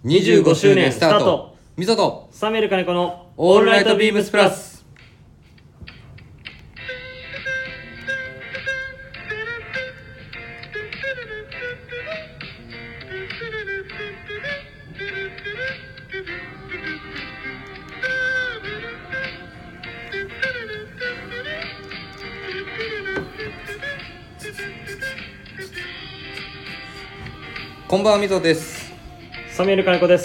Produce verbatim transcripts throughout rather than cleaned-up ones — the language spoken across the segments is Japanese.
にじゅうごしゅうねんスタート。みそとサミュエル金子のオールナイトビームスプラス。こんばんは、みそです。 サミュエル金子です。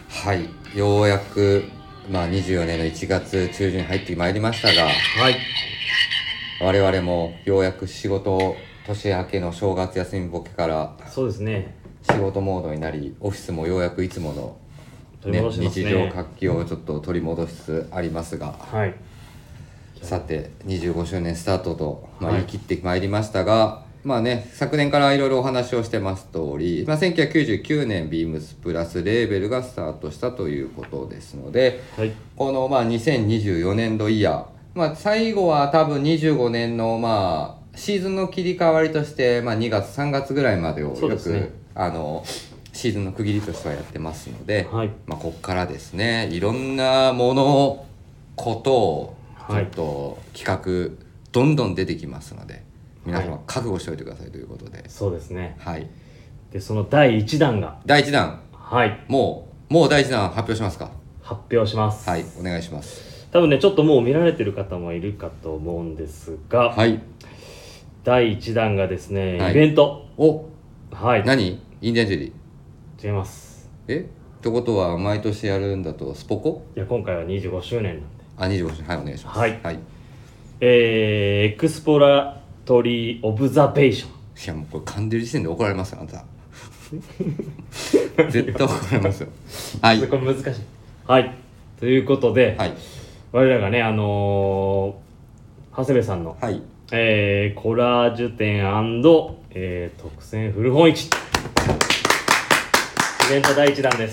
はい、ようやく、まあ、にじゅうよねんのいちがつちゅうじゅんに入ってまいりましたが、 はい、 我々もようやく仕事を年明けの正月休みボケからそうですね、 仕事モードになり、オフィスもようやくいつもの、 取り戻してますね。 日常活気をちょっと取り戻しつつありますが、 はい、 さてにじゅうごしゅうねんスタートと、まあ、 はい言い切ってまいりましたが、まあね、昨年からいろいろお話をしてます通り、まあ、せんきゅうひゃくきゅうじゅうきゅうねんビームスプラスレーベルがスタートしたということですので、 はい、 このまあにせんにじゅうよねん度イヤー、まあ、最後は多分にじゅうごねんのまあシーズンの切り替わりとして、まあ、にがつさんがつぐらいまでをよく、 そうですね、 あのシーズンの区切りとしてはやってますので、 はい、 まあ、ここからですね、いろんなものことをちょっと企画どんどん出てきますので、皆様覚悟しておいてくださいということで、 そうですね。 はい、 で、そのだいいちだんが、 だいいちだん、 はい、 もうもうだいいちだん発表しますか。 発表します。 はい、お願いします。 多分ね、ちょっともう見られてる方もいるかと思うんですが、 はい、 だいいちだんがですね、 はいイベント。 お、 はい、 何？インディアンジェリー？ 違います。 えってことは毎年やるんだとスポコ？ いや、今回はにじゅうごしゅうねんなんで、 あ、にじゅうごしゅうねん、はい、お願いします。 はい、 はい、いえー、エクスプラトリーオブザベーション。 やもうこれ噛んでる時点で怒られますよ、あんた絶対怒られますよ。はいこれ難しい。はい、ということで、 はい我らがね、あのー、長谷部さんの、 はいえー、コラージュ展&、えー、特選古本市イベントだいいちだんです。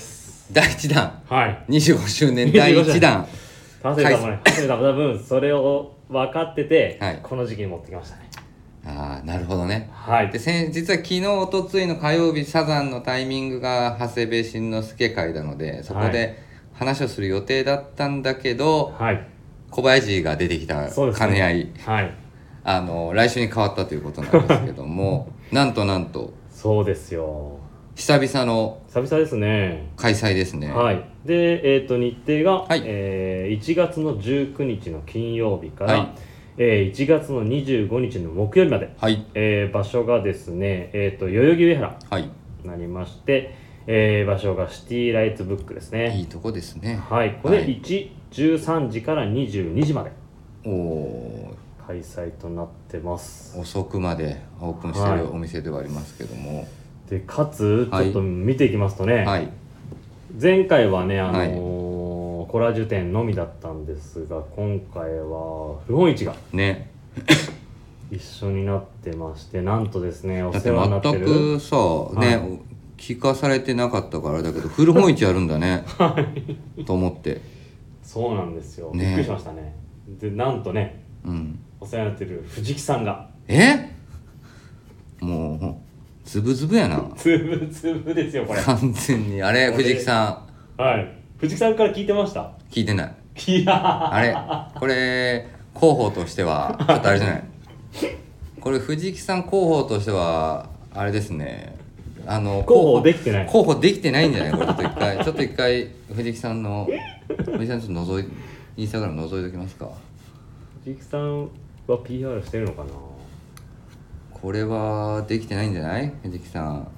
だいいちだん、 はい、 にじゅうごしゅうねんだいいちだん。 長谷部さんもね、長谷部さんも多分それを分かってて、 はい、 この時期に持ってきましたね。 ああ、なるほどね。 はいで、先実は昨日おとついの火曜日、サザンのタイミングが長谷部慎之介会なので、そこで話をする予定だったんだけど、 はい、 小林が出てきたそうですね、 兼ね合い、 はい、 あの来週に変わったということなんですけどもなんとなんとそうですよ、 久々の久々ですね。 開催ですね。 はい、で、えー、と日程が、 はいえーいちがつのじゅうくにちの金曜日から、 はいえーいちがつのにじゅうごにちの木曜日まで、 はいえー場所がですね、えー、と代々木上原はい、 になりまして、えー場所がシティライツブックですね。 いいとこですね。 はい、これ、 はいいち、じゅうさんじからにじゅうにじまでおお、 開催となってます。 遅くまでオープンしてはいるお店ではありますけども、 でかつちはいょっと見ていきますとね、 はい前回はね、あのーコラージュ展のみだったんですが、今回は古本市がね、 一緒になってまして、なんとですね、おだって世話になって全る、 くさ、ね、 はい聞かされてなかったからあれだけど古本市あるんだねと思って、 そうなんですよ、 ねびっくりしましたね。で、なんとね、 うん、 お世話になってる藤木さんがえもうズブズブやなつぶつぶですよこれ完全に。あれ、 これ藤木さはい、藤木さんから聞いてました？ ん聞いてない。 いやあれこれ広報としてはちょっとあれじゃないこれ藤木さん広報としてはあれですね、あの広報できてない広報できてないんじゃないこれ。ちょっと一回ちょっと一回藤木さんの藤木さんちょっと覗いインスタグラム覗いておきますか。 藤木さんは ピーアール してるのかな。 これはできてないんじゃない藤木さん。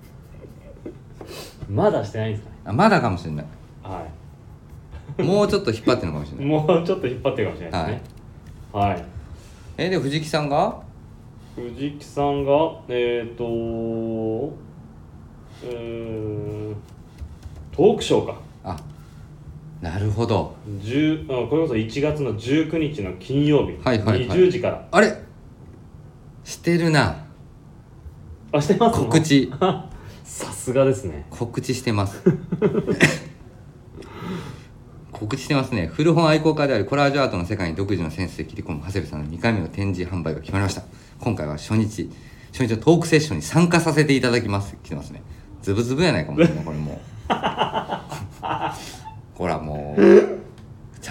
まだしてないんですかね。 あ、まだかもしれない。 はもうちょっと引っ張ってるのかもしれい、 ないもうちょっと引っ張ってるかもしれないですね。はい、 えで藤木さんが藤木さんがえっ、ー、とうーんトークショーか。 あ、なるほど。 じゅうあこれこそいちがつのじゅうくにちの金曜日、 はいはいはい、 にじゅうじから。 あれしてるな。 あ、してますもん告知さすがですね。 告知してます告知してますね。古本愛好家でありコラージュアートの世界に独自のセンスで切り込む長谷部さんのにかいめの展示販売が決まりました。今回は初日初日のトークセッションに参加させていただきます。来てますね。ズブズブやないかもねこれもう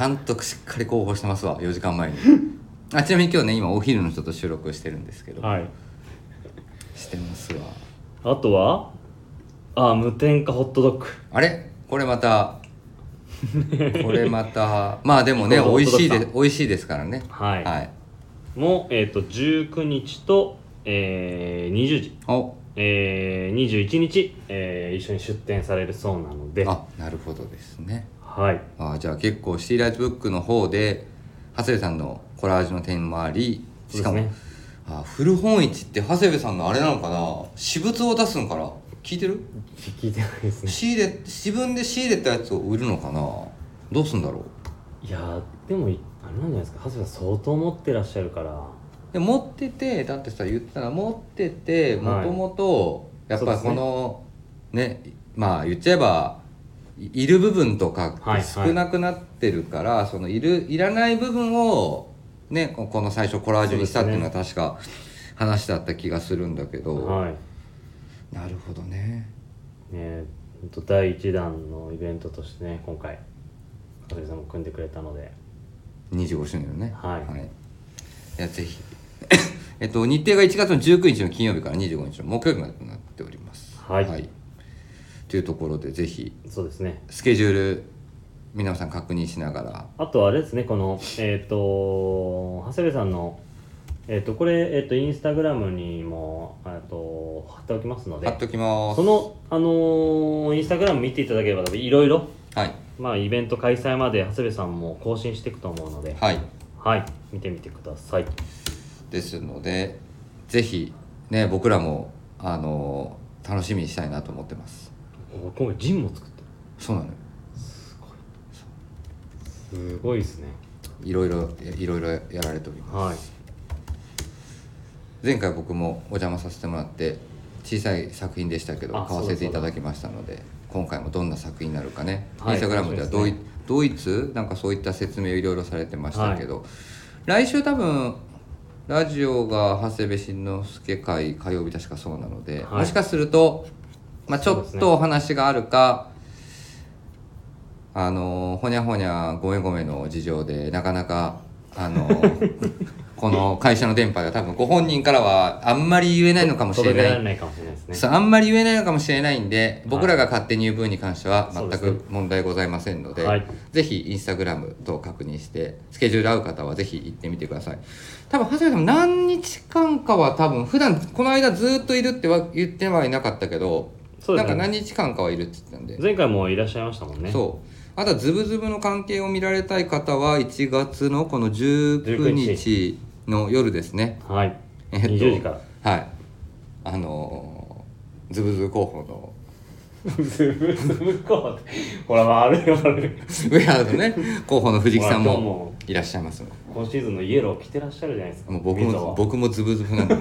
ゃんとしっかり広報してますわ、よじかんまえにあ、ちなみに今日ね、今お昼の人と収録してるんですけど、 はい、 してますわ。 あとはあ無添加ホットドッグ、 あれこれまたこれまたまあでもね美味しいで美味しいですからね。 はい、 はい、 もう、えー、とじゅうくにちと、えー、にじゅうじ、 おえー、にじゅういちにち、えー、一緒に出店されるそうなので。 あ、なるほどですね。 はい、 あ、じゃあ結構シティライトブックの方で長谷部さんのコラージュの点もあり、しかも、 ね、 あ古本市って長谷部さんのあれなのかな、私物を出すんかな、聞いてる？ 聞いてないですね。 仕入れ自分で仕入れたやつを売るのかな、どうすんだろう。いやでもあれなんじゃないですか、長谷部さん相当持ってらっしゃるから。 で持ってて、だってさ言ったら持ってて、もともとやっぱりこの ね, ねまあ言っちゃえばいる部分とか少なくなってるから、はいはい、そのいるいらない部分をねこの最初コラージュにしたっていうのは確か話だった気がするんだけど、 はい、 なるほどね。 ね、ほんとだいいちだんのイベントとしてね今回長谷部さんも組んでくれたのでにじゅうごしゅうねんのね、 はい、 はい、いやぜひえっと日程がいちがつのじゅうくにちの金曜日からにじゅうごにちの木曜日までとなっております。 はい、 はい、というところでぜひそうですね、 スケジュール皆さん確認しながら、 あとあれですね、このえっ、ー、と長谷部さんのえっ、ー、とこれえっ、ー、とインスタグラムにもえっと貼っておきますので、 貼っておきます。 そのあのー、インスタグラム見ていただければいろいろ、 はい、 まあイベント開催まで長谷部さんも更新していくと思うので、 はい、 はい、見てみてください。 ですのでぜひね僕らもあの楽しみにしたいなと思ってます。 今回ジンも作ってる。 そうなのよ。 すごい。すごいですね。 いろいろいろいろやられております。はい、前回僕もお邪魔させてもらって小さい作品でしたけど買わせていただきましたので、今回もどんな作品になるかね、はい、インスタグラムではドイ、ね、ドイツなんかそういった説明をいろいろされてましたけど、はい、来週多分ラジオが長谷部慎之介会火曜日確かそうなので、はい、もしかすると、まあ、ちょっとお話があるか、あのほにゃほにゃごめごめの事情でなかなかあのこの会社の電波では多分ご本人からはあんまり言えないのかもしれない、 届けられないかもしれないですね。 そう、あんまり言えないのかもしれないんで、僕らが勝手に言う分に関しては全く問題ございませんので、 はい、 ぜひインスタグラムと確認してスケジュール合う方はぜひ行ってみてください。多分長谷部さん何日間かは多分普段この間ずっといるっては言ってはいなかったけど、そうですね、なんか何日間かはいるって言ってたんで、 前回もいらっしゃいましたもんね。 そう、あとはズブズブの関係を見られたい方はいちがつのこのじゅうくにちの夜ですね。 はい、 えっと、 にじゅうじからはい、あのー、ズブズブ候補のズブズブ候補ほら悪い悪いウェアのね候補の藤木さんもいらっしゃいますの。 今シーズンのイエロー着てらっしゃるじゃないですか。 もう僕も僕もズブズブなんで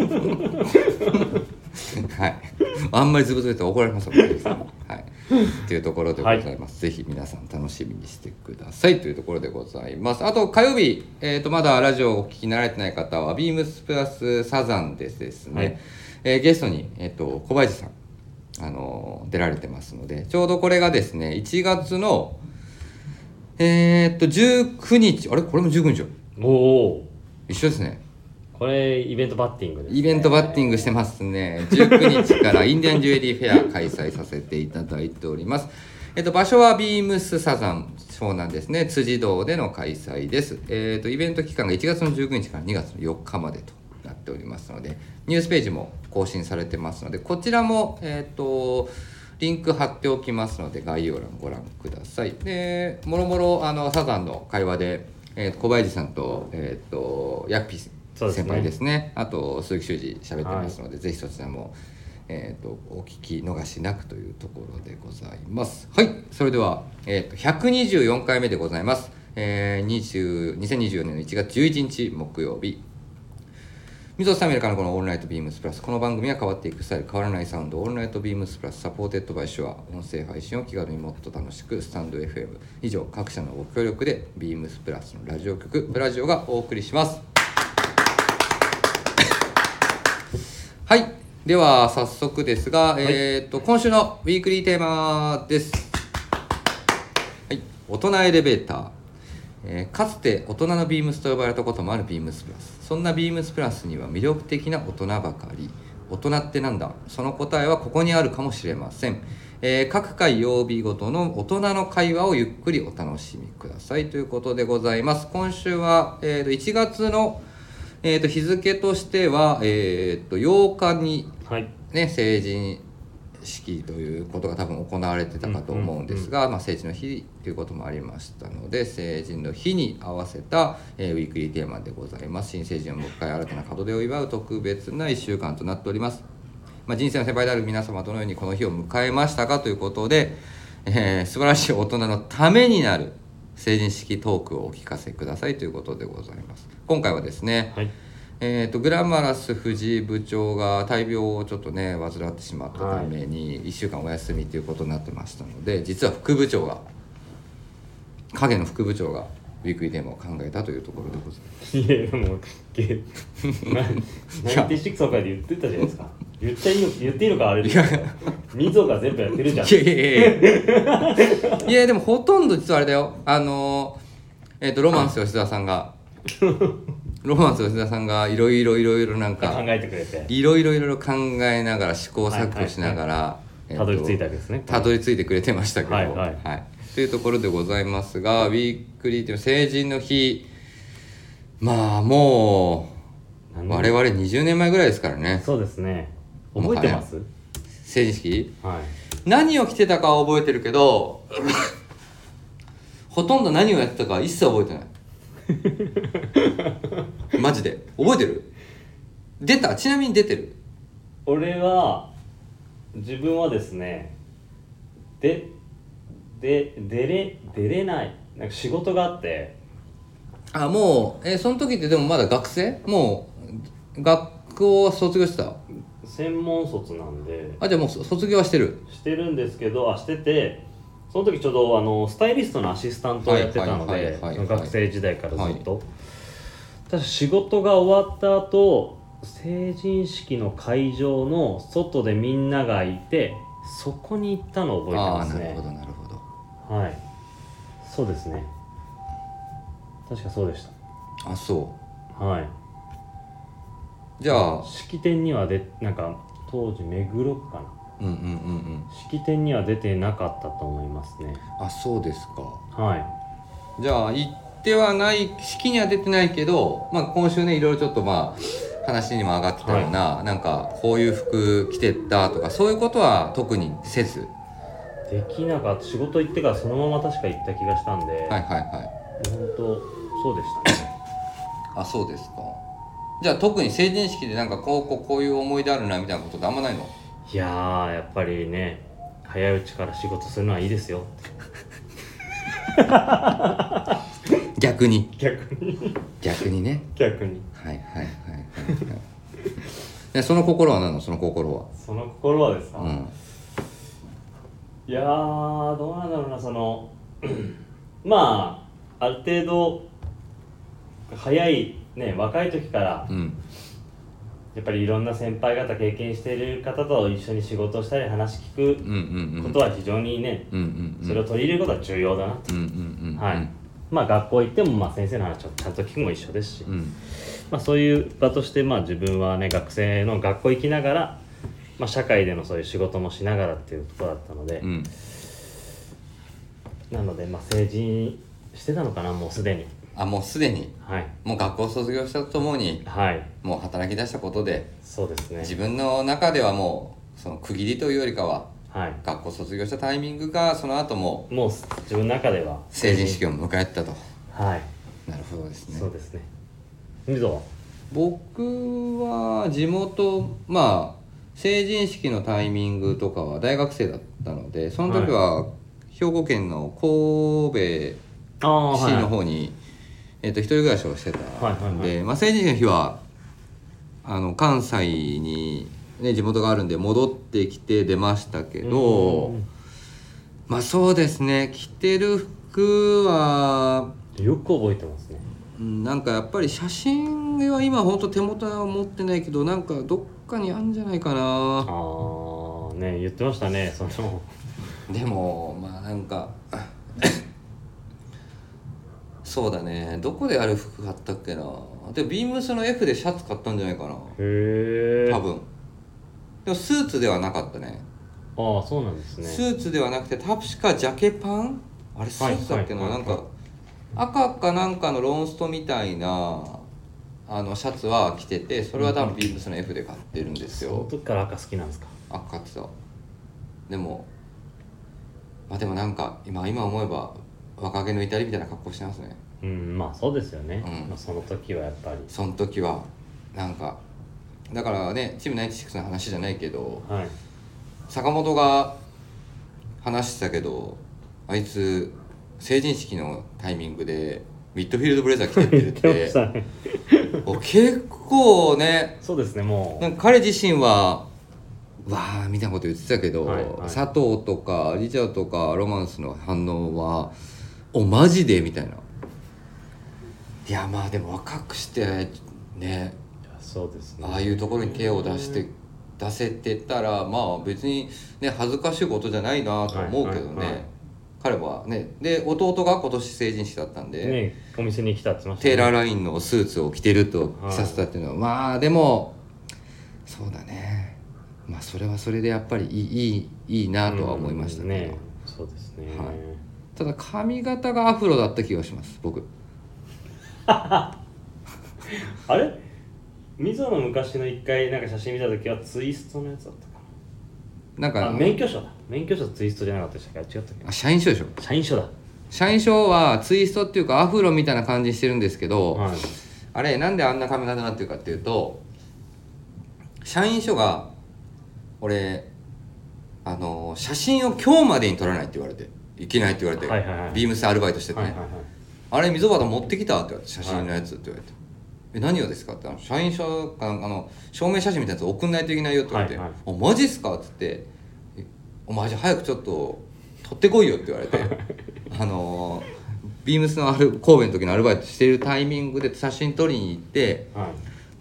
はい、あんまりズブズブって怒られますもんね、はい、というところでございます、はい、ぜひ皆さん楽しみにしてくださいというところでございます。あと火曜日、えー、とまだラジオをお聞きになられてない方はビームスプラスサザンでですね、はい、えー、ゲストに、えー、と小林さん、あのー、出られてますので、ちょうどこれがですねいちがつのえー、っとじゅうくにち、あれこれもじゅうくにちよ。 おお、 一緒ですね。 これイベントバッティングですね。 イベントバッティングしてますね。じゅうくにちからインディアンジュエリーフェア開催させていただいております。えっと場所はビームスサザン、そうなんですね、辻堂での開催です。えっとイベント期間がいちがつのじゅうくにちからにがつのよっかまでとなっておりますので、ニュースページも更新されてますので、こちらもえっとリンク貼っておきますので概要欄ご覧ください。でもろもろあのサザンの会話で、えー、と小林さんと、えー、とヤッピー先輩ですね、あと鈴木修二喋ってますので、はい、ぜひそちらも、えー、とお聞き逃しなくというところでございます。はい、それでは、えー、とひゃくにじゅうよんかいめでございます、えー、にじゅう にせんにじゅうよねんのいちがつじゅういちにち木曜日、水戸スタミルからのこのオールナイトビームスプラス、この番組は変わっていくスタイル、変わらないサウンド、オールナイトビームスプラスサポーテッドバイシュア、音声配信を気軽にもっと楽しく、スタンド エフエム 以上各社のご協力でビームスプラスのラジオ局プラジオがお送りします。はい、では早速ですが、はい、えー、と今週のウィークリーテーマです。はい、大人エレベーター。 えーかつて大人のビームスと呼ばれたこともあるビームスプラス。そんなビームスプラスには魅力的な大人ばかり。大人ってなんだ？その答えはここにあるかもしれません。えー各回曜日ごとの大人の会話をゆっくりお楽しみくださいということでございます。今週は、えー、といちがつの、えー、と日付としては、えー、とようかに、 はいね、成人式ということが多分行われてたかと思うんですが、まあ、成人の日ということもありましたので、成人の日に合わせた、えーウィークリーテーマでございます。新成人を迎え新たな門出を祝う特別ないっしゅうかんとなっております。まあ、人生の先輩である皆様どのようにこの日を迎えましたかということで、えー素晴らしい大人のためになる成人式トークをお聞かせくださいということでございます。今回はですね、 はいえー、とグラマラス藤井部長が大病をちょっとね患ってしまったためにいっしゅうかんお休みということになってましたので、実は副部長が影の副部長がウィークリーテーマを考えたというところでございます。 いやでもゲナインティシックスの回で言ってたじゃないですか。言っちゃいいの言っていいのかあれですけど、みぞが全部やってるじゃん。 いやいやいやいやいやでもほとんど実はあれだよ、あのー、えっ、とロマンス吉田さんがロマンス吉田さんがいろいろいろいろなんか考えてくれていろいろいろいろ考えながら試行錯誤しながらたどり着いたわけですね。 たどり着いてくれてましたけど、 はいはいというところでございますが、ウィークリーという成人の日、まあもう我々にじゅうねんまえぐらいですからね。 そうですね。覚えてます？ 成人式、 はい。 何を着てたかは覚えてるけどほとんど何をやってたかは一切覚えてないマジで覚えてる？出た？ちなみに出てる？ 俺は自分はですね、でで出れ出れないなんか仕事があって。 あ、もうえその時ってでもまだ学生？もう学校は卒業してた？ 専門卒なんで。 あ、じゃあもう卒業はしてる？ してるんですけど、あしてて、その時ちょうどあのスタイリストのアシスタントをやってたので、学生時代からずっと、はい、ただ仕事が終わった後、成人式の会場の外でみんながいて、そこに行ったのを覚えてますね。 あ、なるほどなるほど。 はい、そうですね。確かそうでした。 あ、そう。 はい。 じゃあ式典にはでなんか当時目黒区かな。 うんうんうんうん。 式典には出てなかったと思いますね。 あ、そうですか。 はい。 じゃあ行ってはない式には出てないけど、まあ今週ねいろいろちょっとまあ話にも上がってたような、はい、なんかこういう服着てったとかそういうことは特にせず。 できなかった。仕事行ってからそのまま確か行った気がしたんで。はいはいはい。 本当そうでしたね。 あ、そうですか。じゃあ特に成人式でなんかこうこうこういう思い出あるなみたいなことってあんまないの？ いやーやっぱりね、早いうちから仕事するのはいいですよ。 逆に逆に逆にね。 逆にはいはいはいはい、はい。でその心は何なの？その心は。 その心はですか？ うん、 いやーどうなんだろうな、そのまあある程度早いね、若い時から、うん、やっぱりいろんな先輩方経験している方と一緒に仕事をしたり話聞くことは非常にね、うんうんうん、それを取り入れることは重要だなと、うんうんうん、はい。まあ学校行ってもまあ先生の話をちゃんと聞くも一緒ですし、うん、まあそういう場としてまあ自分はね学生の学校行きながら、まあ社会でのそういう仕事もしながらっていうところだったので、うん、なのでまあ成人してたのかな、もうすでに。 あ、もうすでに、はい、もう学校卒業したとともに、はい、もう働き出したことで、 そうですね、 自分の中ではもうその区切りというよりかは、はい、学校卒業したタイミングがその後ももう自分の中では成人式を迎えたと。 はい、 なるほどですね。 そうですね。水は僕は地元、まあ成人式のタイミングとかは大学生だったので、その時は兵庫県の神戸市の方に、はい、えー、と一人暮らしをしてたので、まあ、成人式の日はあの関西に、ね、地元があるんで戻ってきて出ましたけど、まあそうですね、着てる服はよく覚えてますね。 なんかやっぱり写真は今ほんと手元は持ってないけど、なんかどっかにあるんじゃないかな。 ああね、言ってましたね、そのでもまあなんかそうだね、どこである服買ったっけな。でビームスの F でシャツ買ったんじゃないかな。 へえ。 多分。でもスーツではなかったね。 ああそうなんですね。 スーツではなくて確かジャケパン、あれスーツだっけな、 はいはいはいはい、 なんか赤かなんかのロンストみたいなあのシャツは着てて、それは多分ビームスの F で買ってるんですよ。 その時から赤好きなんですか。 赤買ってた。でもまあでもなんか今今思えば若気の至りみたいな格好してますね。 うんまあそうですよね、 うんまあ、その時はやっぱりその時はなんかだからね、チームナインティシックスの話じゃないけど、 はい、 坂本が話してたけど、あいつ成人式のタイミングでミッドフィールドブレザー着てってるっ言ってましたてね結構ね、 そうですね。もうなんか彼自身はわーみたいなこと言ってたけど、 はいはい、 佐藤とかリチャードとかロマンスの反応はおマジでみたいな。いやまあでも若くしてね、 そうですね、 ああいうところに手を出して出せてたらまあ別にね恥ずかしいことじゃないなと思うけどね、 はいはいはい、 彼はね。で弟が今年成人式だったんで、 ね、お店に来たって言ってましたね。 テーラーラインのスーツを着てると着させたっていうのは、はい、まあでもそうだね、まあそれはそれでやっぱりいいいいいいなとは思いましたけど、 ね、そうですね、 はい、ただ髪型がアフロだった気がします僕あれ水野の昔の一回なんか写真見た時はツイストのやつだったかな。なんかあ免許証だ、免許証ツイストじゃなかったでしたっけ。違ったっけ。 あ社員証でしょ。 社員証だ。 社員証はツイストっていうかアフロみたいな感じにしてるんですけど、 はい、 あれなんであんな髪型になってるかっていうと、社員証が俺あの写真を今日までに撮らないって言われていけないって言われて、 はいはいはい、 ビームスアルバイトしててね、 はいはいはい、 あれ溝端持ってきたって言われて、写真のやつって言われて、え何をですかって、あの社員証かあの証明写真みたいなやつ送んないといけないよって言われて、 はいはい、 おマジっすかって言って、お前じゃあ早くちょっと撮ってこいよって言われてあのビームスのある神戸の時のアルバイトしてるタイミングで写真撮りに行って、 はい、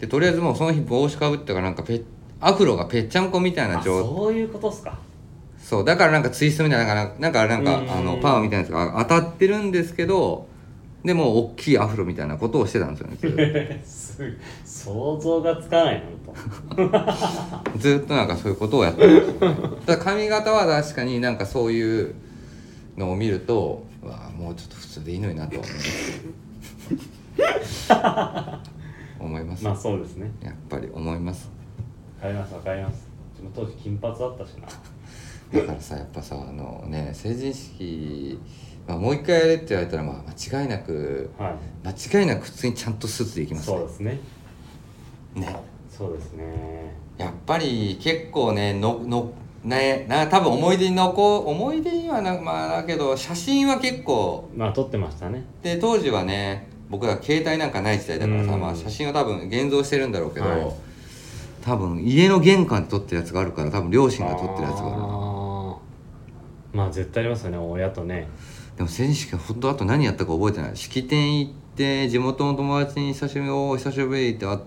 でとりあえずもうその日帽子かぶったからなんかペアフロがぺっちゃんこみたいな状態、 そういうことっすか。 そうだからなんかツイストみたいななんかなんかあのパーマみたいなやつが当たってるんですけど、でも大きいアフロみたいなことをしてたんですよね想像がつかないなとずっとなんかそういうことをやってるんですよ、ね、ただ髪型は確かになんかそういうのを見るとわあもうちょっと普通でいいのになと思います思います。 まあそうですね、 やっぱり思います。 わかりますわかります。自分当時金髪だったしな。 だからさやっぱさあのね成人式、まあ、もう一回やれって言われたらまあ間違いなく、はい、間違いなく普通にちゃんとスーツで行きますね。 そうですね。 ね。 そうですね。 やっぱり結構ねののねな多分思い出に残思い出にはなまあだけど写真は結構まあ撮ってましたね。 で当時はね僕ら携帯なんかない時代だからさ、まあ、写真は多分現像してるんだろうけど、はい、多分家の玄関で撮ってるやつがあるから多分両親が撮ってるやつがあるな。 まあ絶対ありますよね親とね。 でも成人式は本当あと何やったか覚えてない。式典行って地元の友達に久しぶりお久しぶりって会って、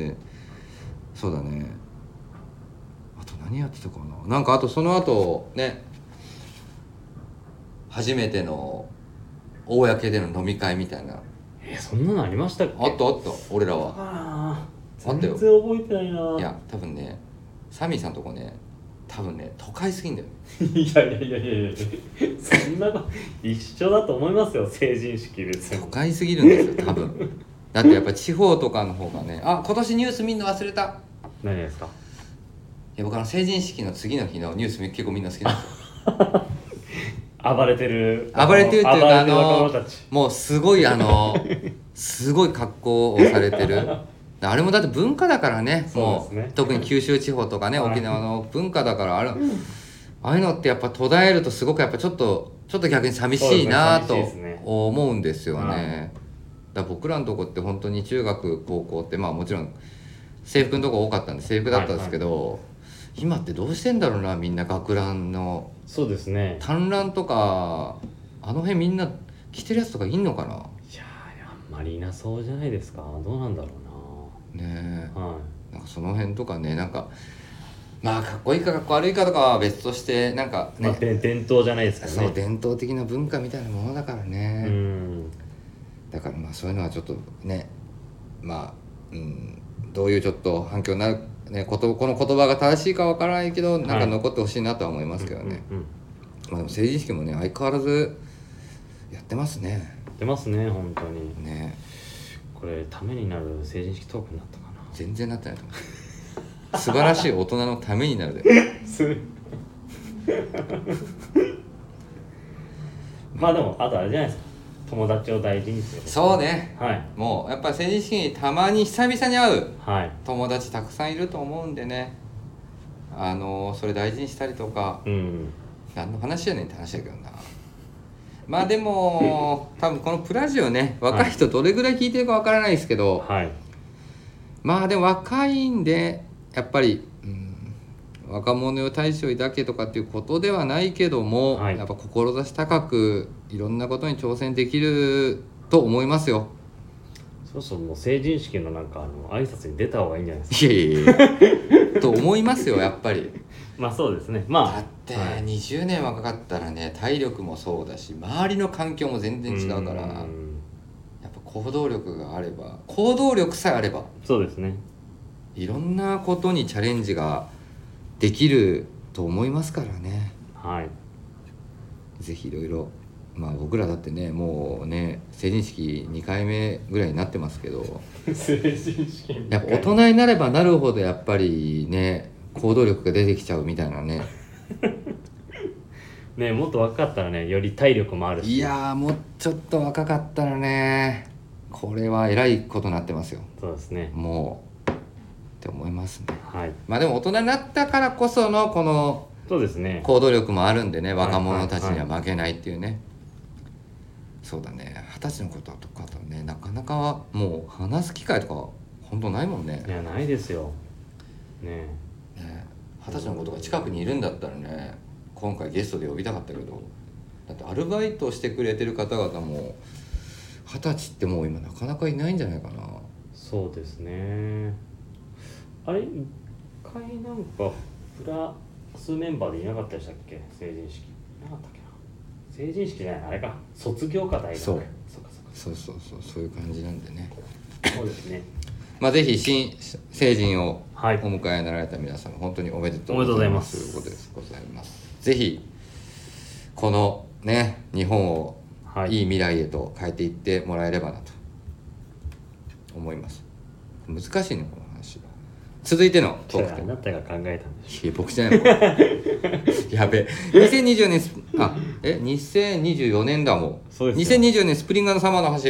そうだね、あと何やってたかな。なんかあとその後ね初めての公での飲み会みたいな。 えー、そんなのありましたっけ。 あったあった俺らは。 ああ全然覚えてないな。 いや多分ねサミーさんとこね多分ね都会すぎんだよねいやいやいやいやいやそんなこと一緒だと思いますよ成人式別に。 都会すぎるんですよ多分だってやっぱ地方とかの方がね。あ今年ニュース見んの忘れた。 何ですか。いや僕あの成人式の次の日のニュース結構みんな好きなんですよ暴れてる暴れてるっていうかあのたちもうすごいあのすごい格好をされてるあれもだって文化だからね。もうね特に九州地方とかね沖縄の文化だからあれ、うん、ああいうのってやっぱ途絶えるとすごくやっぱちょっとちょっと逆に寂しいなと思うんですよね。だから僕らのとこって本当に中学高校ってまあもちろん制服のとこ多かったんで制服だったんですけど、はいはい、今ってどうしてんだろうなみんな学ランの。 そうですね短ランとかあの辺みんな着てるやつとかいんのかな。いやあんまりいなそうじゃないですか。どうなんだろうなねえ、 はい、 なんかその辺とかねなんかまあかっこいいかかっこ悪いかとかは別としてなんかね、 まあ、伝統じゃないですかね。 そう伝統的な文化みたいなものだからね。 うんだからまあそういうのはちょっとねまあ、うん、どういうちょっと反響になる、ね、ことこの言葉が正しいかわからないけどなんか残ってほしいなとは思いますけどね、はいうんうんうんまあ、でも成人式もね相変わらずやってますねやってますね本当にねこれためになる成人式トークになったかな全然なってないと思う素晴らしい大人のためになるでまあでもあとあれじゃないですか友達を大事にするそうね、 はい、 もうやっぱり成人式にたまに久々に会う友達たくさんいると思うんでねあのそれ大事にしたりとか、うん、何の話やねんって話だけどなまあでも多分このプラジオね若い人どれぐらい聞いてるかわからないですけど、はい、まあでも若いんでやっぱり、うん、若者よ大志を抱けとかっていうことではないけども、はい、やっぱ志高くいろんなことに挑戦できると思いますよ。 そうそうもう成人式のなんかあの挨拶に出た方がいいんじゃないですか。 いやいやいやと思いますよやっぱり。 まあそうですね。まあだってにじゅうねん若かったらね体力もそうだし周りの環境も全然違うからやっぱ行動力があれば行動力さえあればそうですねいろんなことにチャレンジができると思いますからね。はいぜひいろいろまあ僕らだってねもうね成人式にかいめぐらいになってますけど成人式やっぱ大人になればなるほどやっぱりね行動力が出てきちゃうみたいなねねもっと若かったらねより体力もあるしいやーもうちょっと若かったらねこれはえらいことになってますよ。 そうですねもうって思いますね。 はいまあでも大人になったからこそのこのそうですね行動力もあるんでね若者たちには負けないっていうね、はいはいはいそうだね二十歳のこととかとねなかなかもう話す機会とか本当ないもんね。 いやないですよねえね二十歳のことが近くにいるんだったらね今回ゲストで呼びたかったけどだってアルバイトしてくれてる方々も二十歳ってもう今なかなかいないんじゃないかな。 そうですねあれ一回なんかプラスメンバーでいなかったでしたっけ成人式いなかったっけな成人式じゃないあれか卒業か大学そうそうそうそうそういう感じなんでねそうですねまあぜひ新成人をお迎えになられた皆様、はい、本当におめでとうございますということでございます。ぜひこのね日本をいい未来へと変えていってもらえればなと思います。難しいねこの話は。続いてのトークテーマあなたが考えたんでしょ。 いや僕じゃないもんやべにせんにじゅうねんあえにせんにじゅうよねんだもんそうですよにせんにじゅうねんスプリングサマーの話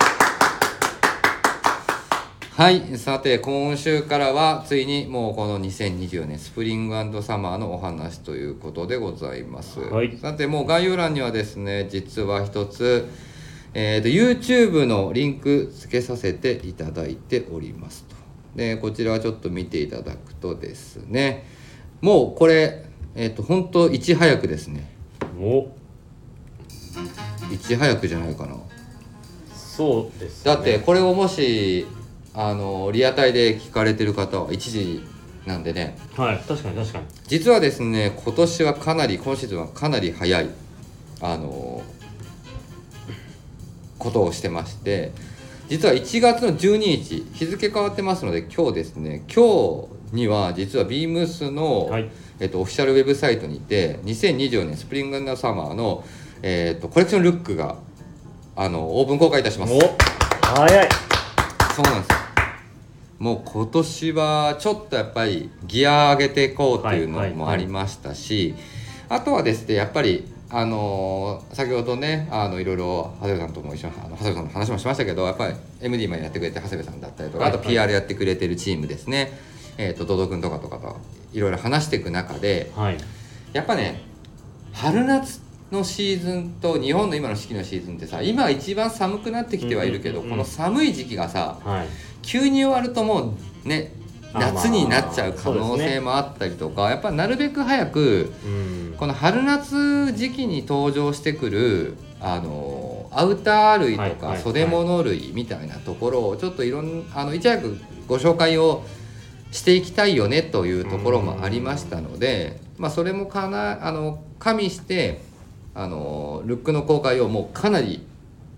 はいさて今週からはついにもうこのにせんにじゅうよねんスプリングサマーのお話ということでございます、はい、さてもう概要欄にはですね実は一つ、えー、と YouTube のリンク付けさせていただいておりますとでこちらはちょっと見ていただくとですねもうこれえっ、ー、と本当いち早くですねおいち早くじゃないかなそうです、 ね、だってこれをもしあのリアタイで聞かれてる方はいちじなんでねはい確かに確かに実はですね今年はかなり今シーズンはかなり早いあのことをしてまして実はいちがつのじゅうににち日付変わってますので今日ですね今日には実はビームスの、はいえっと、オフィシャルウェブサイトにてにせんにじゅうよねんスプリング&サマーの、えっと、コレクションルックがあのオープン公開いたします。 お早いそうなんですよもう今年はちょっとやっぱりギア上げていこうっていうのもありましたし、はいはいはい、あとはですねやっぱりあのー、先ほどねあのいろいろ長谷部さんとも一緒にあの長谷部さんの話もしましたけどやっぱり エムディー までやってくれて長谷部さんだったりとか、はいはい、あと ピーアール やってくれてるチームですね、えーとドド君とかとかといろいろ話していく中で、はい、やっぱね春夏のシーズンと日本の今の四季のシーズンってさ今一番寒くなってきてはいるけど、うんうんうん、この寒い時期がさ、はい、急に終わるともうね夏になっちゃう可能性もあったりとか、まあね、やっぱなるべく早く、うん、この春夏時期に登場してくるあのアウター類とか袖物類みたいなところをちょっといろんあのいち早くご紹介をしていきたいよねというところもありましたので、まあ、それもかなあの加味してあのルックの公開をもうかなり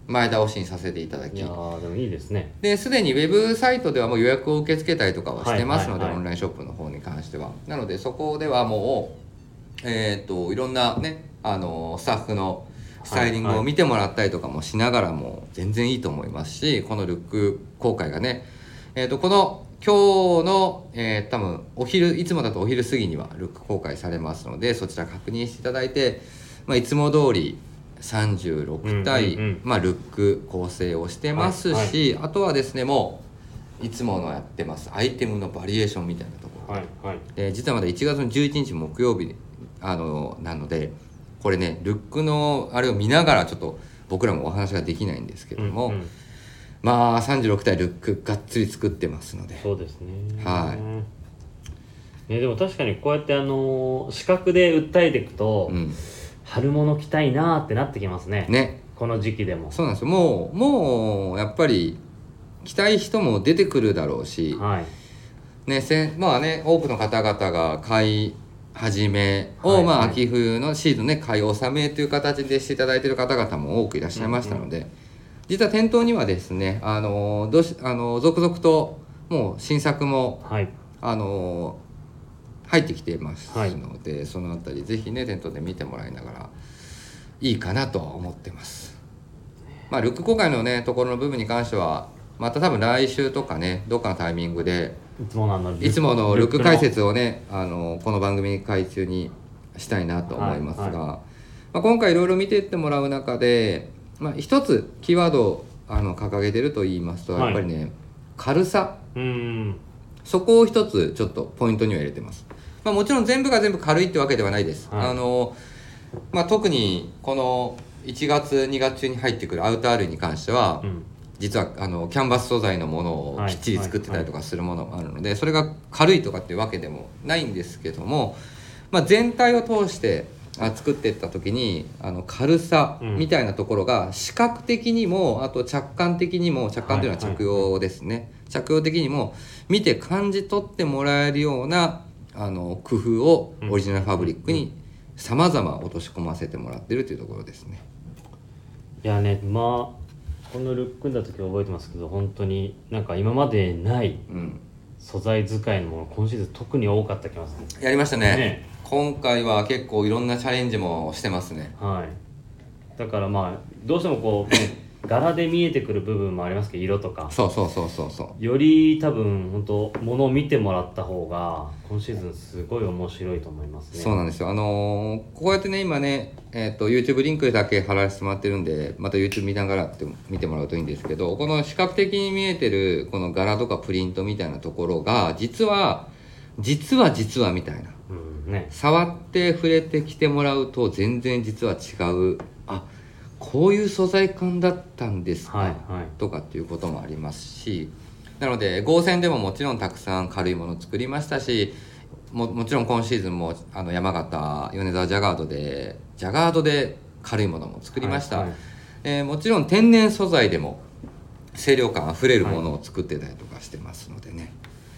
前倒しにさせていただき、 いやーでもいいですね。 ですでにウェブサイトではもう予約を受け付けたりとかはしてますので、 はいはいはい、 オンラインショップの方に関しては。なのでそこではもう、えー、といろんなねあのスタッフのスタイリングを見てもらったりとかもしながらも全然いいと思いますし、このルック公開がね、えー、とこの今日の、えー、多分お昼いつもだとお昼過ぎにはルック公開されますので、そちら確認していただいて、まあ、いつも通りさんじゅうろくたい、 うんうんうん、 まあ、ルック構成をしてますし、はいはい、あとはですねもういつものやってますアイテムのバリエーションみたいなところ、 はいはい、 で実はまだいちがつのじゅういちにち木曜日あのなので、これねルックのあれを見ながらちょっと僕らもお話ができないんですけども、うんうん、まあさんじゅうろくたいルックがっつり作ってますので。 そうですね、 はいね、でも確かにこうやってあの視覚で訴えていくと、うん、春物着たいなってなってきますね。 ね、 この時期でも。 そうなんですよ。もうもうやっぱり着たい人も出てくるだろうし、はい、ね、せまあね多くの方々が買い始めを、はい、まあ秋冬のシーズンね買い納めという形でしていただいている方々も多くいらっしゃいましたので、うんうん、実は店頭にはですねあのどしあの続々ともう新作も、はい、あの入ってきていますので、はい、そのあたりぜひね店頭で見てもらいながらいいかなとは思ってます。まあルック公開のねところの部分に関してはまた多分来週とかねどっかのタイミングでいつものいつものルック解説をねあのこの番組開中にしたいなと思いますが、はいはい、まあ、今回いろいろ見ていってもらう中で、まあ、一つキーワードをあの掲げてると言いますと、やっぱりね、はい、軽さ、うん、そこを一つちょっとポイントには入れてます。まあ、もちろん全部が全部軽いってわけではないです、はい、あのまあ、特にこのいちがつにがつ中に入ってくるアウター類に関しては、うん、実はあのキャンバス素材のものをきっちり作ってたりとかするものもあるので、はいはいはい、それが軽いとかっていうわけでもないんですけども、まあ、全体を通して作っていった時にあの軽さみたいなところが視覚的にもあと着感的にも、着感というのは着用ですね、はいはいはい、着用的にも見て感じ取ってもらえるようなあの工夫をオリジナルファブリックに様々落とし込ませてもらってるというところですね。 いやね、まあこのルックだ時覚えてますけど、本当になんか今までない素材使いのもの、今シーズン特に多かった気がする。 やりましたね。ね、今回は結構いろんなチャレンジもしてますね。 はい。だからまあどうしてもこう、ね、柄で見えてくる部分もありますけど、色とか。 そうそうそうそうそう。 より多分本当物を見てもらった方が今シーズンすごい面白いと思いますね。 そうなんですよ。あのー、こうやってね今ね、えーと、YouTube リンクだけ貼らせてもらってるんで、また YouTube 見ながらって見てもらうといいんですけど、この視覚的に見えてるこの柄とかプリントみたいなところが実は実は実はみたいな、うんね、触って触れてきてもらうと全然実は違う、あ、こういう素材感だったんですか、はいはい、とかっていうこともありますし、なので合成でももちろんたくさん軽いものを作りましたし、も, もちろん今シーズンもあの山形米沢ジャガードでジャガードで軽いものも作りました、はいはい、えー、もちろん天然素材でも清涼感あふれるものを作ってたりとかしてますのでね、はい、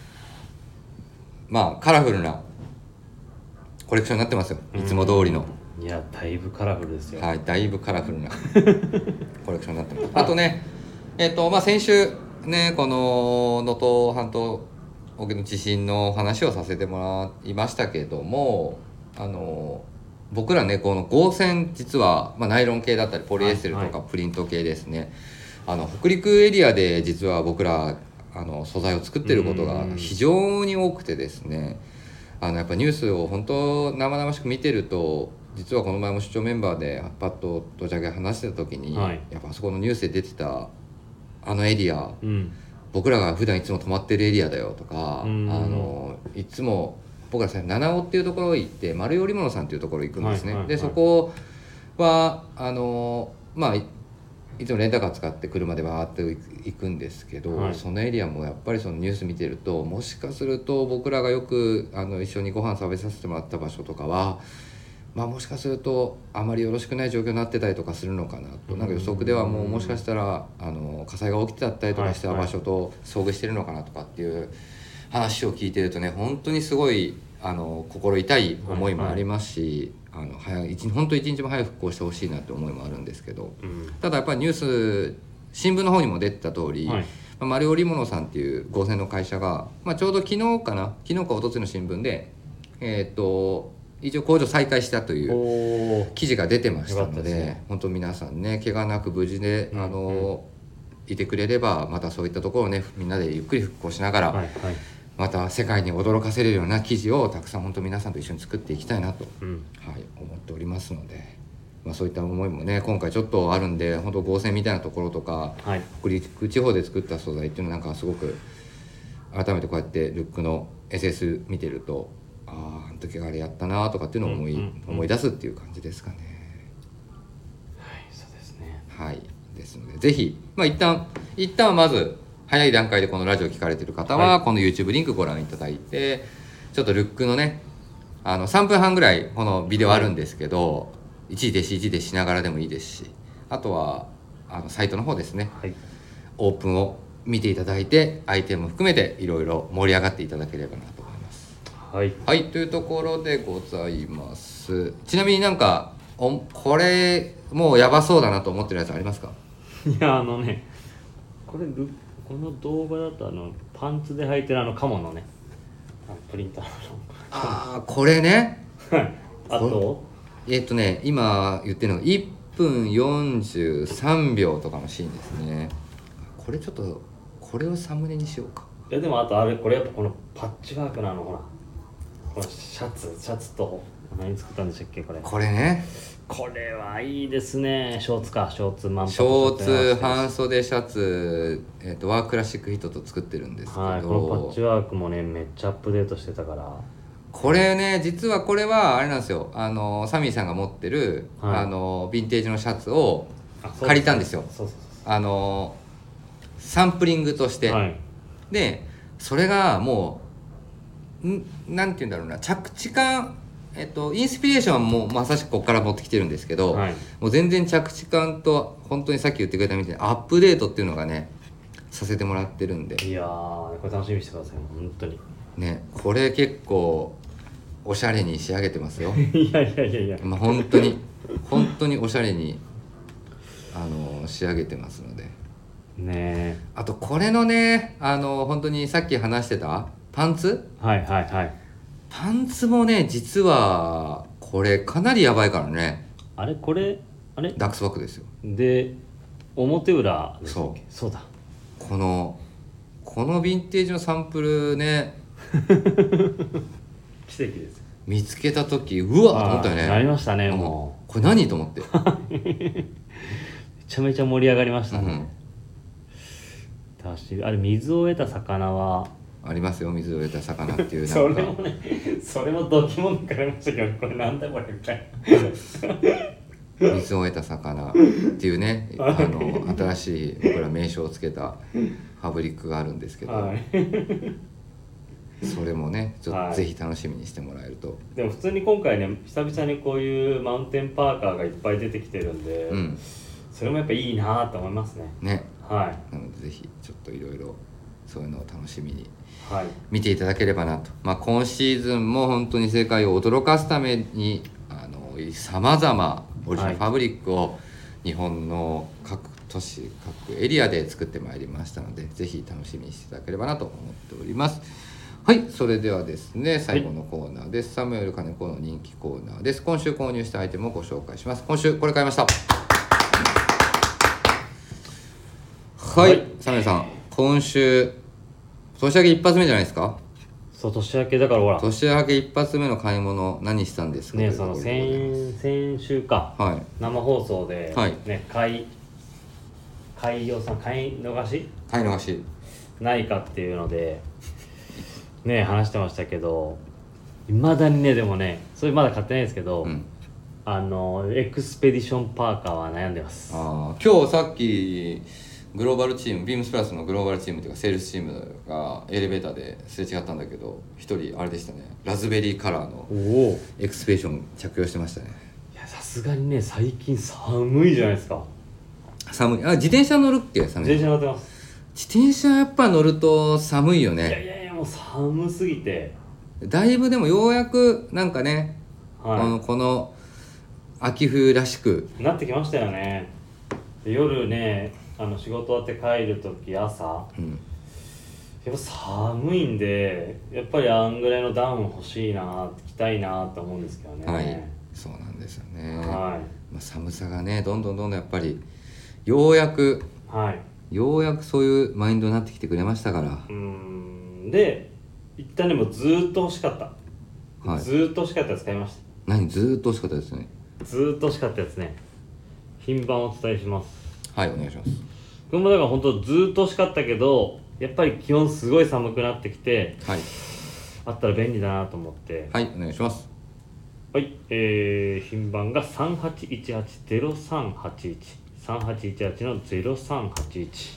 まあカラフルなコレクションになってますよ、いつも通りの。 いやだいぶカラフルですよ。 はい、だいぶカラフルなコレクションになってます。あとね、えっとまあ先週ねこの能登半島沖の地震の話をさせてもらいましたけども、あの僕らねこの合線実は、まあ、ナイロン系だったりポリエステルとかプリント系ですね、はいはい、あの北陸エリアで実は僕らあの素材を作ってることが非常に多くてですね、あのやっぱニュースを本当生々しく見てると、実はこの前も出張メンバーでパッととじゃけ話してた時に、はい、やっぱあそこのニュースで出てたあのエリア、うん、僕らが普段いつも泊まってるエリアだよとか、あのいつも僕らさ七尾っていうところ行って丸い織物さんっていうところ行くんですね、はいはいはい、でそこはあのまあいつもレンタカー使って車でバーって行くんですけど、はい、そのエリアもやっぱりそのニュース見てると、もしかすると僕らがよくあの一緒にご飯食べさせてもらった場所とかは、まあ、もしかするとあまりよろしくない状況になってたりとかするのかなと、なんか予測ではもうもしかしたらあの火災が起きてたりとかした場所と遭遇してるのかなとかっていう話を聞いてるとね、本当にすごいあの心痛い思いもありますし、 あの早い本当一日も早く復興してほしいなって思いもあるんですけど、 うん、 ただやっぱりニュース新聞の方にも出てた通り、はい、まあ、マリオリモノさんっていう合成の会社が、まあ、ちょうど昨日かな昨日か一昨日の新聞で、えー、っと一応工場再開したという記事が出てましたので、ね、本当皆さんね怪我なく無事で、うん、あのいてくれればまたそういったところをねみんなでゆっくり復興しながら、はいはい、また世界に驚かせれるような記事をたくさん本当皆さんと一緒に作っていきたいなと、うん、はい、思っておりますので、まあ、そういった思いもね今回ちょっとあるんで本当合成みたいなところとか、はい、北陸地方で作った素材っていうのなんかすごく改めてこうやってルックの エスエス 見てるとあああの時あれやったなとかっていうのを思い、うんうんうん、思い出すっていう感じですかね。 はいそうですね。 はいですのでぜひ、まあ、一旦一旦はまず早い段階でこのラジオ聞かれてる方は、はい、この YouTube リンクご覧いただいてちょっとルックのねあのさんぷんはんぐらいこのビデオあるんですけど、はい、一時停止一時停止しながらでもいいですしあとはあのサイトの方ですね、はい、オープンを見ていただいてアイテムも含めていろいろ盛り上がっていただければなと思います。はい、はい、というところでございます。ちなみになんかおこれもうやばそうだなと思ってるやつありますか？ いやあのねこれルこの動画だとあのパンツで履いてるあのカモのねあのプリンターのああこれねあとえっとね今言ってるのがいっぷんよんじゅうさんびょうとかのシーンですね。これちょっとこれをサムネにしようか。 いやでもあとあれこれやっぱこのパッチワークのあのほらこのシャツシャツと何作ったんでしたっけこれこれねこれはいいですね。ショーツかショーツマンパショーツ半袖シャツ、えー、とワークラシックヒットと作ってるんですけど、はい、 このパッチワークもねめっちゃアップデートしてたからこれね実はこれはあれなんですよあのサミーさんが持ってる、はい、あのヴィンテージのシャツを借りたんですよ。そうそうそうあのサンプリングとして、はい、でそれがもうんなんて言うんだろうな着地感えっと、インスピレーションはもうまさしくここから持ってきてるんですけど、はい、もう全然着地感と本当にさっき言ってくれたみたいにアップデートっていうのがねさせてもらってるんでいやーこれ楽しみにしてください本当にねこれ結構おしゃれに仕上げてますよいやいやいやいやまあ本当に本当におしゃれにあの仕上げてますのでねあとこれのねあの本当にさっき話してたパンツはいはいはいパンツもね実はこれかなりやばいからね。 あれこれあれダックスバックですよ。 で表裏ですそうそうだこのこのヴィンテージのサンプルね奇跡です見つけた時うわっと思ったよね。 なりましたねもうこれ何と思ってめちゃめちゃ盛り上がりましたね、うん、確かあれ水を得た魚はありますよ水を得た魚っていうそれもねそれもドキモンからましたけどこれなんだこれみたいな水を得た魚っていうねあの新しい僕ら名称をつけたファブリックがあるんですけど、はい、それもねちょっとぜひ楽しみにしてもらえると、はい、 でも普通に今回ね久々にこういうマウンテンパーカーがいっぱい出てきてるんで、うん、それもやっぱいいなと思いますね。 ね、 はい、 なのでぜひちょっといろいろそういうのを楽しみにはい、 見ていただければなと、まあ、今シーズンも本当に世界を驚かすためにさまざまオリジナルファブリックを日本の各都市各エリアで作ってまいりましたのでぜひ楽しみにしていただければなと思っております。はい、それではですね最後のコーナーです、はい、サムエル金子の人気コーナーです。今週購入したアイテムをご紹介します。今週これ買いました。はい、はい、サムエルさん今週年明け一発目じゃないですか。 そう年明けだからほら年明け一発目の買い物何したんですかね。その先先週か、はい、生放送で、はい、ね買い買い予算買い逃し買い逃しないかっていうのでね話してましたけどいまだにねでもねそれまだ買ってないですけど、うん、あのエクスペディションパーカーは悩んでます。 あ今日さっきグローバルチームビームスプラスのグローバルチームというかセールスチームがエレベーターですれ違ったんだけど一人あれでしたねラズベリーカラーのエクスペディション着用してましたね。 いやさすがにね最近寒いじゃないですか。 寒いあ自転車乗るっけ寒い自転車乗ってます。 自転車やっぱ乗ると寒いよね。 いやいやいやもう寒すぎてだいぶでもようやくなんかね、はい、このこの秋冬らしくなってきましたよね。で夜ねあの仕事終わって帰る時朝、うん、やっぱ寒いんでやっぱりあんぐらいのダウン欲しいな着たいなと思うんですけどね。 はい、そうなんですよね。はい、 まあ、寒さがねどんどんどんどんやっぱりようやく、はい、ようやくそういうマインドになってきてくれましたから。 うーんで一旦でもずーっと欲しかった、はい、ずーっと欲しかったやつ買いました。 何ずーっと欲しかったですね。 ずーっと欲しかったやつね。品番をお伝えします。 はい、お願いします。 これもだから本当ずーっと欲しかったけどやっぱり気温すごい寒くなってきて、はい、あったら便利だなと思って。 はい、お願いします。 はい、えー、品番がさんはちいちはちゼロさんはちいち さんはちいちはちのゼロさんはちいち。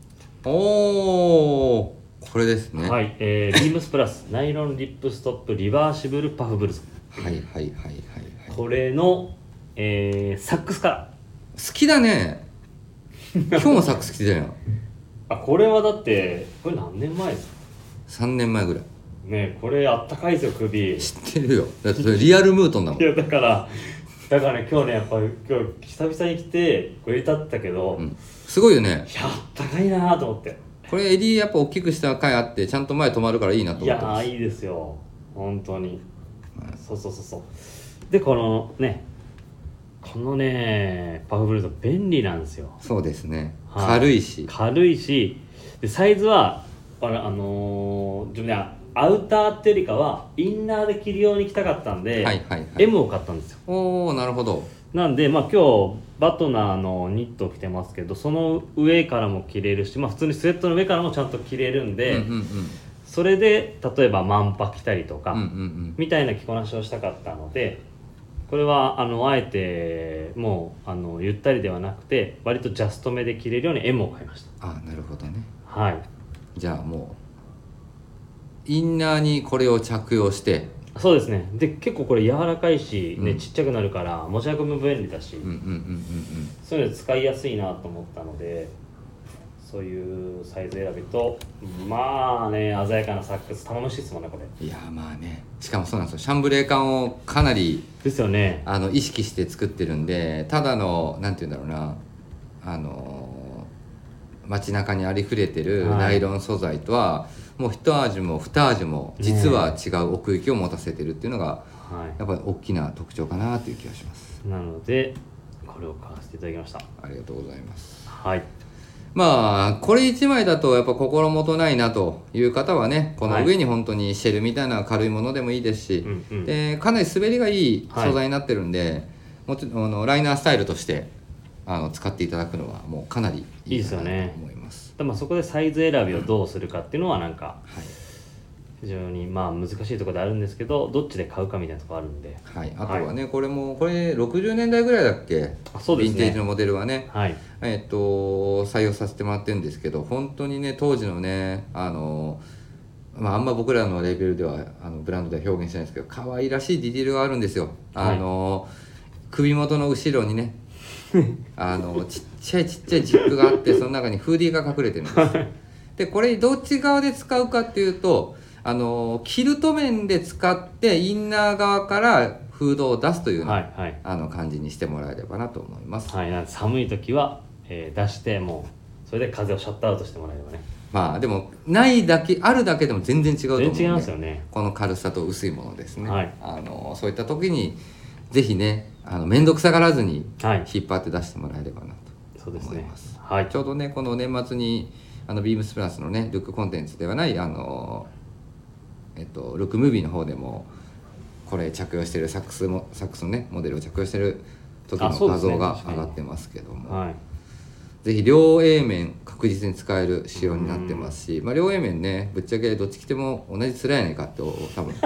おー、これですね。 はい、えー、ビームスプラスナイロンリップストップリバーシブルパフブルズ。 はいはいはいはいはい。 これの、えー、サックスから好きだね。今日もサックス着てたよ。 あ、これはだってこれ何年前ですか？ さんねんまえぐらいね。これあったかいですよ首。 知ってるよ。だってそれリアルムートンだもん。 いやだからだからね今日ねやっぱり今日久々に来てこれ立ったけど、うん、 すごいよね。 いやあったかいなと思って。 これ襟やっぱ大きくした回あってちゃんと前止まるからいいなと思ってます。 いやーいいですよ本当に、はい、そうそうそうそう。でこのねこのねパフブルーズ便利なんですよ。 そうですね、 はい、 軽いし軽いしでサイズはあの、あのー、自分でアウターっていうよりかはインナーで着るように着たかったんで、はいはいはい、エム を買ったんですよ。 おお、なるほど。 なんでまあ今日バトナーのニットを着てますけどその上からも着れるし、まあ、普通にスウェットの上からもちゃんと着れるんで、うんうんうん、それで例えば満パ着たりとか、うんうんうん、みたいな着こなしをしたかったのでこれはあのあえてもうあのゆったりではなくて割とジャストめで着れるように エム を買いました。 あ、なるほどね。 はい。 じゃあもうインナーにこれを着用して。 そうですね。で結構これ柔らかいし、ね、うん、ちっちゃくなるから持ち運びも便利だし、うんうんうんうん、そういうの使いやすいなと思ったのでそういうサイズ選びとまあね鮮やかなサックス頼もしいですもんねこれ。 いやまあね、しかもそうなんですよ、シャンブレー感をかなりですよね、 あの意識して作ってるんで、ただのなんていうんだろうな、あの街中にありふれてるナイロン素材とは、はい、もう一味も二味も実は違う奥行きを持たせてるっていうのが、はい、やっぱり大きな特徴かなという気がします。 なのでこれを買わせていただきました。 ありがとうございます。 はい。 まあこれいちまいだとやっぱ心もとないなという方はね、この上に本当にシェルみたいな軽いものでもいいですし、はい、でかなり滑りがいい素材になってるんで、はい、もちろんあのライナースタイルとしてあの使っていただくのはもうかなりいいかなと思います。 でまあそこでサイズ選びをどうするかっていうのはなんか、はい、非常にまあ難しいところであるんですけどどっちで買うかみたいなところあるんで、 はい、あとはね、はい、これもこれろくじゅうねんだいぐらいだっけ。あ、そうですね、ヴィンテージのモデルはね、はい、えー、っと採用させてもらってるんですけど本当にね当時のねあのまあ、あんま僕らのレベルではあのブランドでは表現しないんですけど可愛らしいディテールがあるんですよ。あの、はい、首元の後ろにねあのちっちゃいちっちゃいジップがあってその中にフーディーが隠れてるんですでこれどっち側で使うかっていうとあのキルト面で使ってインナー側からフードを出すというような、はいはい、あの感じにしてもらえればなと思います。 はい、なんで寒い時は、えー、出してもうそれで風をシャットアウトしてもらえればね。 まあでもないだけあるだけでも全然違うと思うので、 全然違いますよね、 この軽さと薄いものですね、はい、あのそういった時にぜひねあの面倒くさがらずに引っ張って出してもらえればなと思います。そうですね、はい、ちょうどねこの年末にあのビームスプラスのねルックコンテンツではないあの、えっと、ルックムービーの方でもこれ着用してるサックスもサックスのねモデルを着用してる時の画像が上がってますけども、はい、ぜひ両 A 面確実に使える仕様になってますし、まあ、両 A 面ねぶっちゃけどっち着ても同じ面やねんかって多分い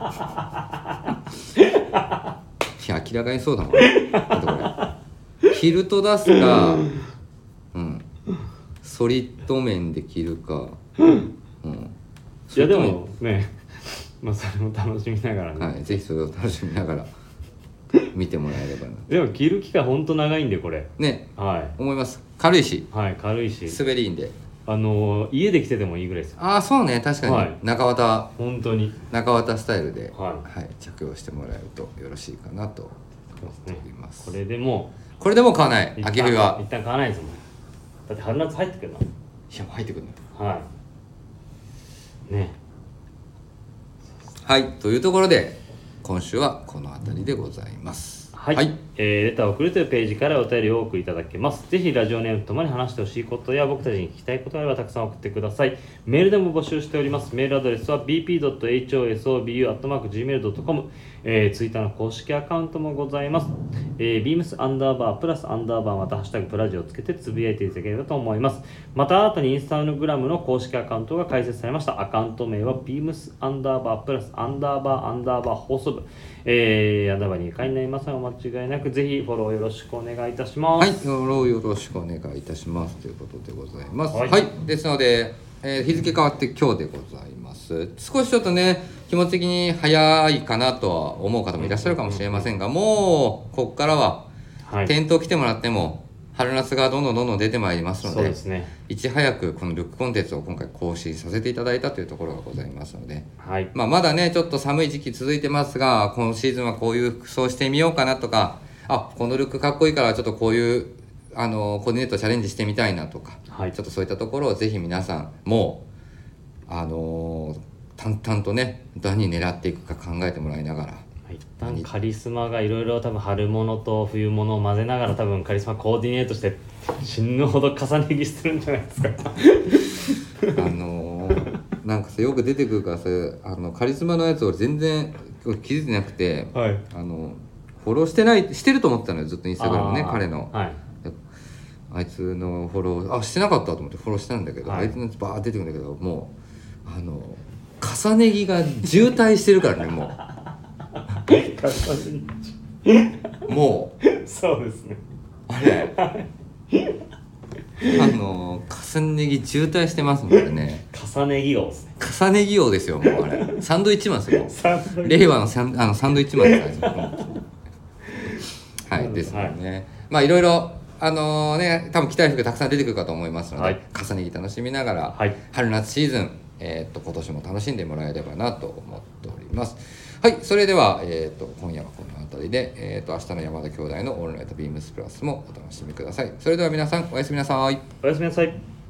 や明らかにそうだもんあとこれキルト出すか、うん、ソリッド面で着るか、うん、 いやでもねまあそれも楽しみながらね、 はい、ぜひそれを楽しみながら見てもらえればな。 でも着る機会ほんと長いんでこれね、 はい、 思います。軽いし、 はい、軽いし滑りいいんであのー、家で着ててもいいぐらいですよ。 ああそうね確かに、はい、中綿本当に中綿スタイルで、 はいはい、着用してもらえるとよろしいかなとっております。 これでもこれでも買わない秋冬は一旦買わないですもん。だって春夏入ってくるな。いやもう入ってくるのはいね。 はいというところで今週はこの辺りでございます。 はい、はい、えー、レターを送るというページからお便りをお送りいただけます。ぜひラジオネームとともに話してほしいことや僕たちに聞きたいことがあればたくさん送ってください。メールでも募集しております。メールアドレスは ビーピードットエイチオーエスオービーユーアットマークジーメールドットコム、えー、ツイッターの公式アカウントもございます。えー、ビームスアンダーバープラスアンダーバーまたハッシュタグプラジオをつけてつぶやいていただければと思います。また新たにインスタグラムの公式アカウントが開設されました。アカウント名は ビームスアンダーバープラスアンダーバーアンダーバー放送部、えー、アンダーバーにゆかいになりますのでお間違いなくぜひフォローよろしくお願いいたします。 はい、フォローよろしくお願いいたしますということでございます。はい、 はい、 ですので、えー、日付変わって今日でございます。少しちょっとね気持ち的に早いかなとは思う方もいらっしゃるかもしれませんが、もうここからは店頭来てもらっても春夏がどんどんどんどん出てまいりますので、そうですね、いち早くこのルックコンテンツを今回更新させていただいたというところがございますので、はい、まあ、まだねちょっと寒い時期続いてますが今シーズンはこういう服装してみようかなとか、あこのルックかっこいいからちょっとこういうあのコーディネートチャレンジしてみたいなとか、はい、ちょっとそういったところをぜひ皆さんもうあのー、淡々とね何狙っていくか考えてもらいながら、 一旦カリスマがいろいろ多分春物と冬物を混ぜながら多分カリスマコーディネートして死ぬほど重ね着してるんじゃないですかあのー、なんかさよく出てくるからさあのカリスマのやつ俺全然気づいてなくて、はい、あのフォローしてないしてると思ってたのよずっとインスタグラムね彼の、はい、あいつのフォローあしてなかったと思ってフォローしたんだけど、はい、あいつのやつバー出てくるんだけどもうあの重ね着が渋滞してるからねもうもうそうですねあれあの重ね着渋滞してますもんね。 重ね着王ですね。 重ね着王ですよもうあれサンドイッチマンですよ令和のサンあのサンドイッチマンですはいですのでね、はい、まあいろいろあのー、ね多分着たい服たくさん出てくるかと思いますので、はい、重ね着楽しみながら、はい、春夏シーズン、えー、っと今年も楽しんでもらえればなと思っております。はい、それでは、えー、と今夜はこの辺りで、えー、と明日の山田兄弟のオールナイトビームスプラスもお楽しみください。それでは皆さんおやすみなさい。 おやすみなさい。